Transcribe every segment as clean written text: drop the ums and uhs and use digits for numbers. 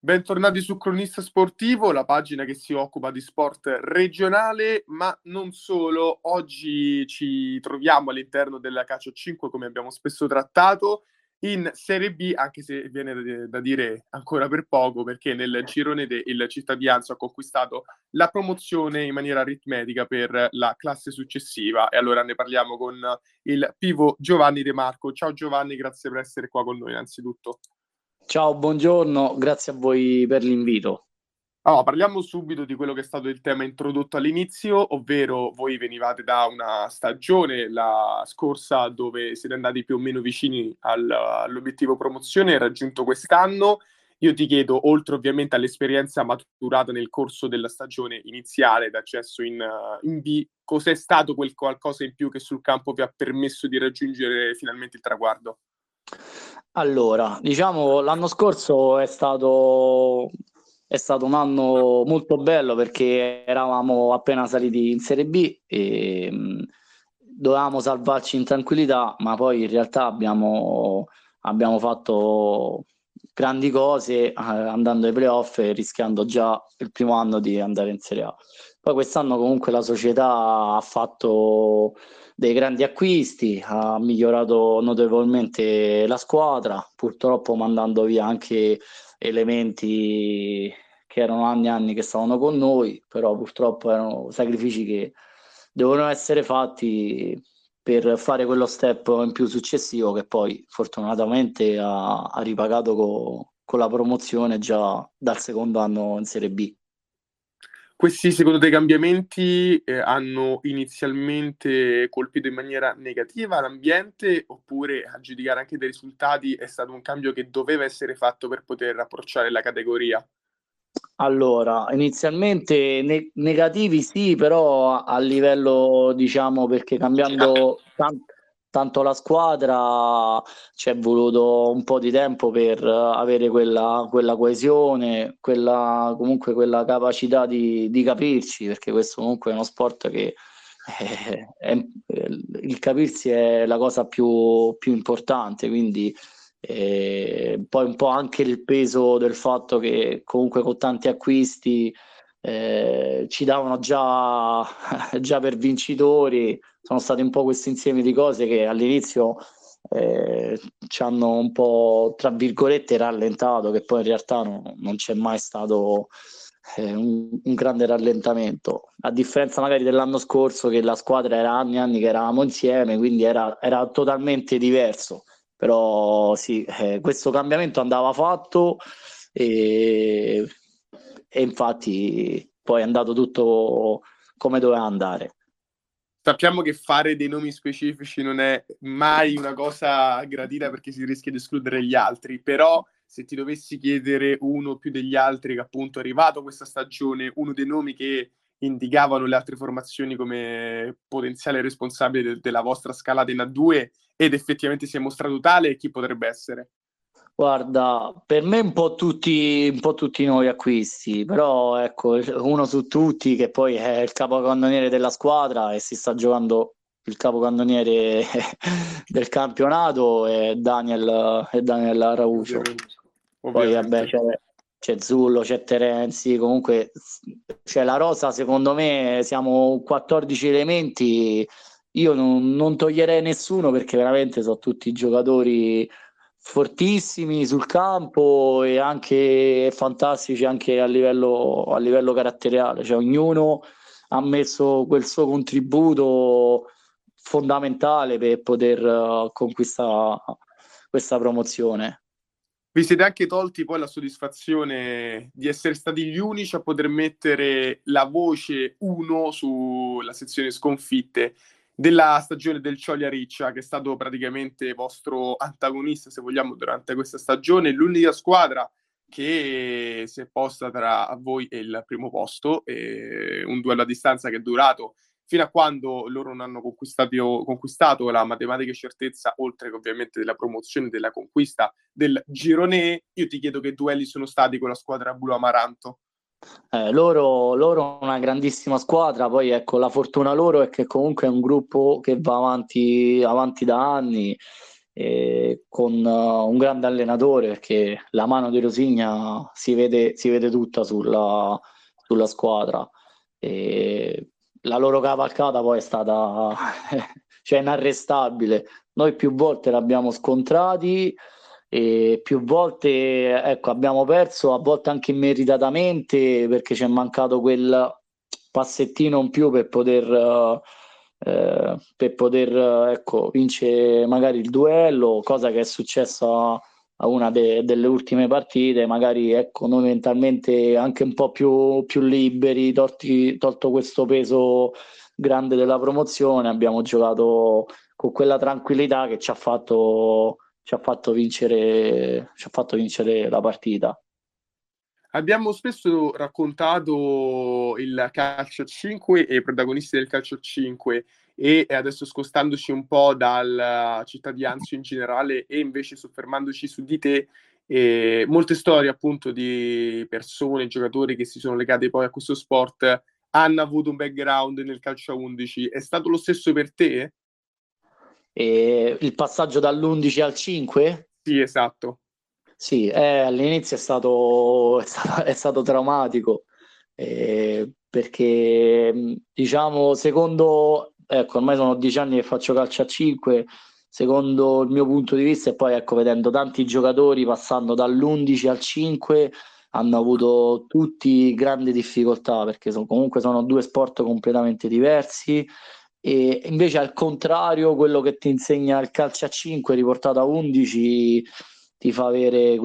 Bentornati su Cronista Sportivo, la pagina che si occupa di sport regionale, ma non solo. Oggi ci troviamo all'interno della Calcio 5, come abbiamo spesso trattato, in Serie B, anche se viene da dire ancora per poco, perché nel girone il Cittadinanza ha conquistato la promozione in maniera aritmetica per la classe successiva. E allora ne parliamo con il pivo Giovanni De Marco. Ciao Giovanni, grazie per essere qua con noi innanzitutto. Ciao, buongiorno, grazie a voi per l'invito. Allora, parliamo subito di quello che è stato il tema introdotto all'inizio, ovvero voi venivate da una stagione, la scorsa, dove siete andati più o meno vicini all'obiettivo promozione raggiunto quest'anno. Io ti chiedo, oltre ovviamente all'esperienza maturata nel corso della stagione iniziale d'accesso in B, cos'è stato quel qualcosa in più che sul campo vi ha permesso di raggiungere finalmente il traguardo? Allora, diciamo, l'anno scorso è stato un anno molto bello perché eravamo appena saliti in Serie B e dovevamo salvarci in tranquillità, ma poi in realtà abbiamo fatto grandi cose andando ai playoff e rischiando già il primo anno di andare in Serie A. Poi quest'anno comunque la società ha fatto dei grandi acquisti, ha migliorato notevolmente la squadra, purtroppo mandando via anche elementi che erano anni e anni che stavano con noi, però purtroppo erano sacrifici che devono essere fatti per fare quello step in più successivo che poi fortunatamente ha ripagato con la promozione già dal secondo anno in Serie B. Questi, secondo te, cambiamenti hanno inizialmente colpito in maniera negativa l'ambiente, oppure, a giudicare anche dai risultati, è stato un cambio che doveva essere fatto per poter approcciare la categoria? Allora, inizialmente negativi sì, però a livello, diciamo, perché cambiando tanto la squadra ci è voluto un po' di tempo per avere quella coesione, comunque quella capacità di capirci, perché questo comunque è uno sport che il capirsi è la cosa più importante, quindi poi un po' anche il peso del fatto che comunque con tanti acquisti ci davano già, già per vincitori, sono stati un po' questo insieme di cose che all'inizio ci hanno un po', tra virgolette, rallentato, che poi in realtà non c'è mai stato un grande rallentamento, a differenza magari dell'anno scorso che la squadra era anni e anni che eravamo insieme, quindi era totalmente diverso. Però sì, questo cambiamento andava fatto e, e infatti poi è andato tutto come doveva andare. Sappiamo che fare dei nomi specifici non è mai una cosa gradita perché si rischia di escludere gli altri, però se ti dovessi chiedere uno o più degli altri che appunto è arrivato questa stagione, uno dei nomi che indicavano le altre formazioni come potenziale responsabile della vostra scalata in A2 ed effettivamente si è mostrato tale, chi potrebbe essere? Guarda, per me un po' tutti i nuovi acquisti, però ecco, uno su tutti che poi è il capocannoniere della squadra e si sta giocando il capocannoniere del campionato è Daniel Araujo. Ovviamente. Poi vabbè Ovviamente. c'è Zullo, c'è Terenzi, comunque c'è la rosa, secondo me siamo 14 elementi, io non toglierei nessuno perché veramente sono tutti giocatori fortissimi sul campo e anche fantastici anche a livello caratteriale, cioè ognuno ha messo quel suo contributo fondamentale per poter conquistare questa promozione. Vi siete anche tolti poi la soddisfazione di essere stati gli unici a poter mettere la voce 1 sulla sezione sconfitte della stagione del Ciolia Riccia, che è stato praticamente vostro antagonista, se vogliamo, durante questa stagione, l'unica squadra che si è posta tra voi e il primo posto, e un duello a distanza che è durato fino a quando loro non hanno conquistato la matematica certezza, oltre che ovviamente della promozione, della conquista del girone. Io ti chiedo che duelli sono stati con la squadra Blu Amaranto. Loro una grandissima squadra, poi ecco la fortuna loro è che comunque è un gruppo che va avanti da anni con un grande allenatore, perché la mano di Rosigna si vede tutta sulla squadra. E la loro cavalcata poi è stata cioè, inarrestabile. Noi più volte l'abbiamo scontrati e più volte ecco, abbiamo perso, a volte anche immeritatamente, perché ci è mancato quel passettino in più per poter ecco, vincere magari il duello, cosa che è successa a una delle ultime partite. Magari ecco, noi mentalmente anche un po' più liberi, tolto questo peso grande della promozione, abbiamo giocato con quella tranquillità che ci ha fatto vincere la partita. Abbiamo spesso raccontato il calcio a 5 e i protagonisti del calcio a 5 e adesso spostandoci un po' dalla città di Anzio in generale e invece soffermandoci su di te, molte storie appunto di persone, giocatori che si sono legati poi a questo sport hanno avuto un background nel calcio a 11. È stato lo stesso per te? E il passaggio dall'11 al 5? Sì, esatto. Sì, all'inizio è stato traumatico, perché diciamo, secondo, ecco, ormai sono 10 anni che faccio calcio a 5, secondo il mio punto di vista, e poi ecco, vedendo tanti giocatori passando dall'11 al 5, hanno avuto tutti grandi difficoltà, perché comunque sono due sport completamente diversi. E invece al contrario, quello che ti insegna il calcio a 5 riportato a 11 ti fa avere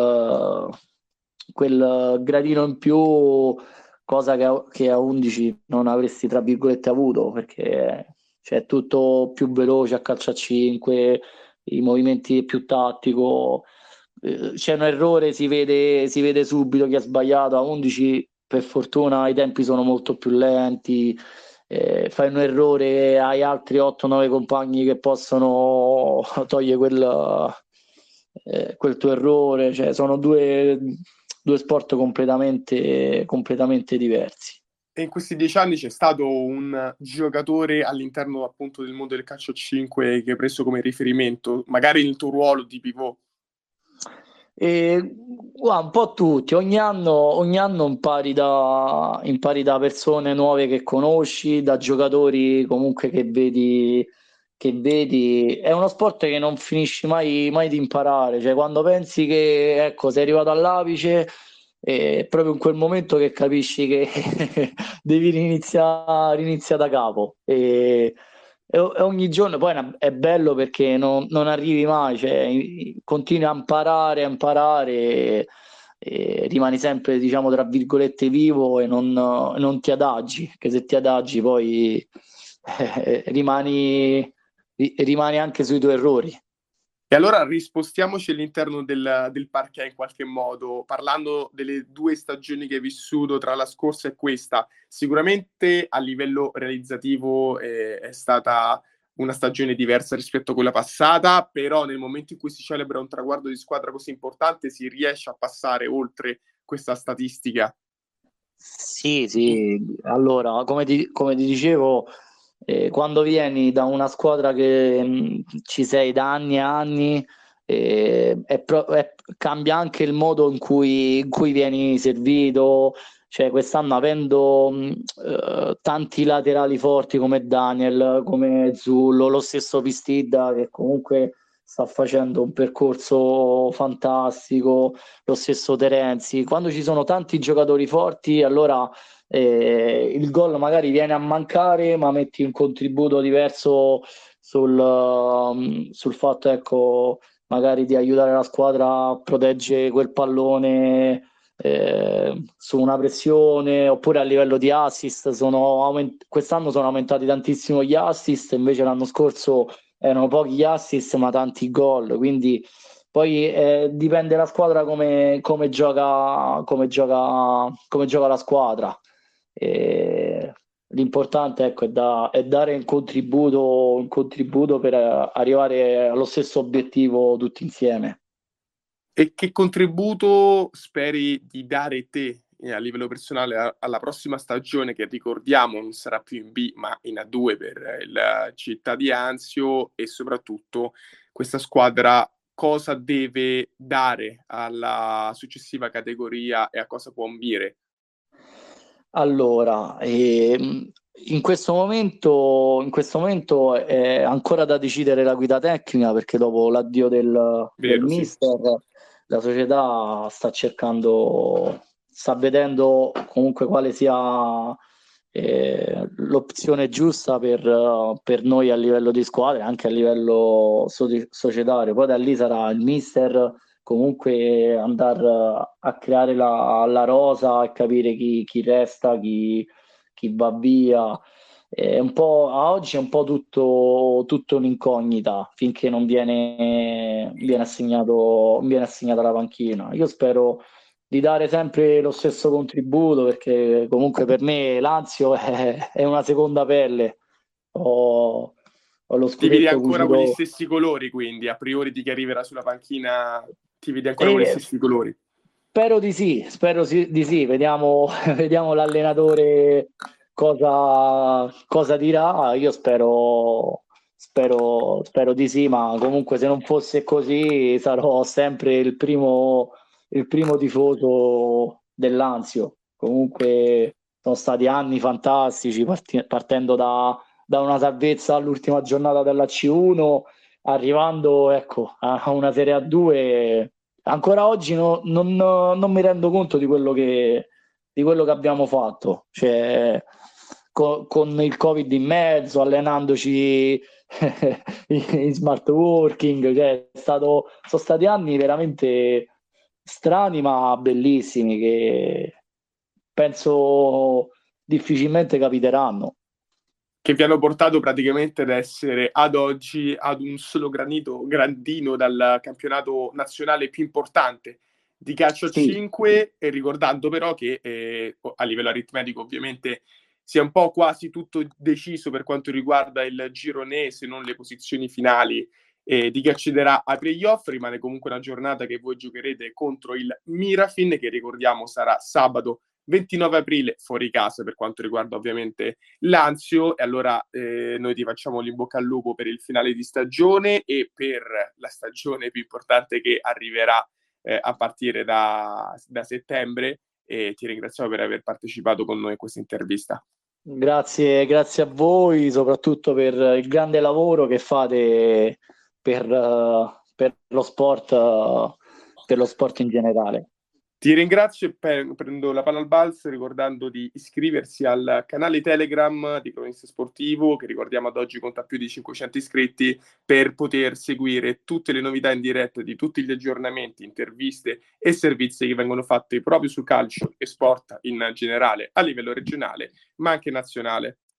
quel gradino in più, cosa che a 11 non avresti, tra virgolette, avuto, perché c'è tutto più veloce a calcio a 5, i movimenti più tattico. C'è un errore, si vede subito chi ha sbagliato. A 11 per fortuna i tempi sono molto più lenti, fai un errore, hai altri 8-9 compagni che possono togliere quel tuo errore. Cioè, sono due sport completamente diversi. E in questi 10 anni c'è stato un giocatore all'interno appunto del mondo del calcio a 5 che hai preso come riferimento, magari nel tuo ruolo di pivot. Guarda, un po' tutti, ogni anno impari da persone nuove che conosci, da giocatori comunque che vedi. È uno sport che non finisci mai di imparare, cioè quando pensi che ecco, sei arrivato all'apice, è proprio in quel momento che capisci che devi riniziare da capo. E ogni giorno poi è bello perché non arrivi mai, cioè, continui a imparare e rimani sempre, diciamo, tra virgolette, vivo e non ti adagi, che se ti adagi poi rimani anche sui tuoi errori. E allora rispostiamoci all'interno del parquet in qualche modo, parlando delle 2 stagioni che hai vissuto tra la scorsa e questa. Sicuramente a livello realizzativo è stata una stagione diversa rispetto a quella passata, però nel momento in cui si celebra un traguardo di squadra così importante si riesce a passare oltre questa statistica. Sì, sì, allora, come ti dicevo, quando vieni da una squadra che ci sei da anni e anni, cambia anche il modo in cui vieni servito. Cioè, quest'anno avendo tanti laterali forti come Daniel, come Zullo, lo stesso Pistidda che comunque sta facendo un percorso fantastico, lo stesso Terenzi. Quando ci sono tanti giocatori forti, allora il gol magari viene a mancare, ma metti un contributo diverso sul fatto, ecco, magari di aiutare la squadra a proteggere quel pallone su una pressione, oppure a livello di assist. Quest'anno sono aumentati tantissimo gli assist, invece l'anno scorso erano pochi gli assist ma tanti gol, quindi poi dipende la squadra come gioca la squadra. E l'importante ecco, è dare un contributo per arrivare allo stesso obiettivo tutti insieme. E che contributo speri di dare te a livello personale alla prossima stagione che ricordiamo non sarà più in B ma in A2 per il Città di Anzio e soprattutto questa squadra cosa deve dare alla successiva categoria e a cosa può ambire? Allora, in questo momento è ancora da decidere la guida tecnica, perché dopo l'addio del Vero, sì. mister, la società sta vedendo comunque quale sia l'opzione giusta per noi a livello di squadra e anche a livello societario. Poi da lì sarà il mister comunque andare a creare la rosa e capire chi resta, chi va via. È un po', a oggi è un po' tutto un'incognita finché non viene assegnata la panchina. Io spero di dare sempre lo stesso contributo, perché comunque per me l'Anzio è una seconda pelle. Ho, ho lo Ti vedi scudetto ancora con gli cucito. stessi colori, quindi a priori di chi arriverà sulla panchina ti vedi ancora con gli E stessi colori. di sì, vediamo, vediamo l'allenatore cosa dirà. Io spero di sì, ma comunque se non fosse così sarò sempre il primo tifoso dell'Anzio. Comunque sono stati anni fantastici, partendo da una salvezza all'ultima giornata della C1, arrivando, ecco, a una Serie A2. Ancora oggi non mi rendo conto di quello che abbiamo fatto, cioè, con il Covid in mezzo, allenandoci in smart working, cioè, sono stati anni veramente strani ma bellissimi, che penso difficilmente capiteranno. Che vi hanno portato praticamente ad essere ad oggi ad un solo grandino dal campionato nazionale più importante di calcio a Sì, 5, e ricordando però che a livello aritmetico ovviamente sia un po' quasi tutto deciso per quanto riguarda il girone, se non le posizioni finali di chi accederà ai playoff. Rimane comunque una giornata che voi giocherete contro il Mirafin, che ricordiamo sarà sabato 29 aprile fuori casa per quanto riguarda ovviamente l'Anzio. E allora noi ti facciamo l'in bocca al lupo per il finale di stagione e per la stagione più importante che arriverà a partire da settembre, e ti ringraziamo per aver partecipato con noi a questa intervista. grazie a voi, soprattutto per il grande lavoro che fate per per lo sport in generale. Ti ringrazio e prendo la palla al balzo ricordando di iscriversi al canale Telegram di Cronista Sportivo, che ricordiamo ad oggi conta più di 500 iscritti, per poter seguire tutte le novità in diretta di tutti gli aggiornamenti, interviste e servizi che vengono fatti proprio su calcio e sport in generale a livello regionale, ma anche nazionale.